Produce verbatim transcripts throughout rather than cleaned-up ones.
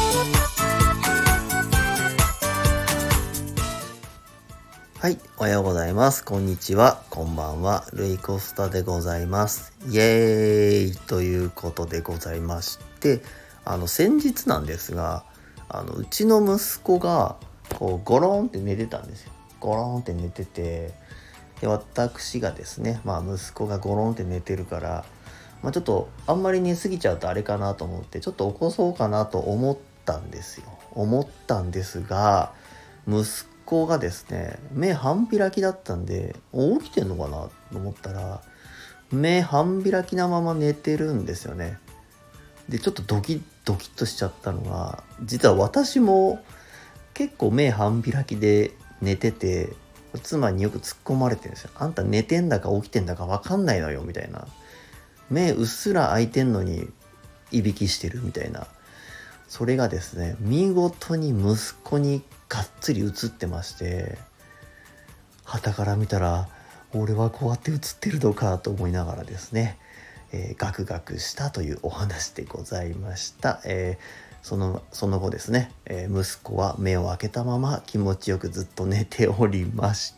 はい、おはようございます。こんにちは、こんばんは。ルイコスタでございます。イエーイということでございまして、あの先日なんですが、あのうちの息子がこうゴロンって寝てたんですよ。ゴロンって寝てて、で私がですね、まあ息子がゴロンって寝てるから、まあ、ちょっとあんまり寝すぎちゃうとあれかなと思って、ちょっと起こそうかなと思ったんですよ。思ったんですが、息子がですね、目半開きだったんで、起きてんのかなと思ったら、目半開きなまま寝てるんですよね。で、ちょっとドキッドキッとしちゃったのが、実は私も結構目半開きで寝てて、妻によく突っ込まれてるんですよ。あんた寝てんだか起きてんだか分かんないのよみたいな。目うっすら開いてんのにいびきしてるみたいな。それがですね、見事に息子にがっつり映ってまして、傍から見たら俺はこうやって映ってるのかと思いながらですね、えー、ガクガクしたというお話でございました。えー、そのその後ですね、えー、息子は目を開けたまま気持ちよくずっと寝ておりました。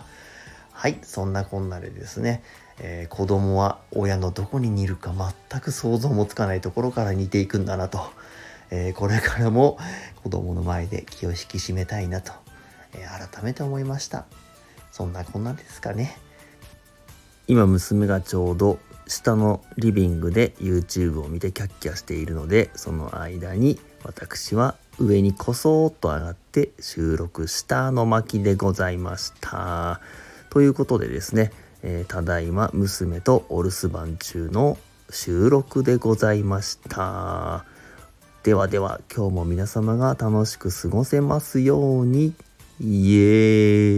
はい、そんなこんなでですね、えー、子供は親のどこに似るか全く想像もつかないところから似ていくんだなと、えー、これからも子供の前で気を引き締めたいなと、えー、改めて思いました。そんなこんなですかね。今娘がちょうど下のリビングで YouTube を見てキャッキャしているので、その間に私は上にこそーっと上がって収録したの巻でございました。ということでですね、えー、ただいま娘とお留守番中の収録でございました。ではでは今日も皆様が楽しく過ごせますように。イエーイ。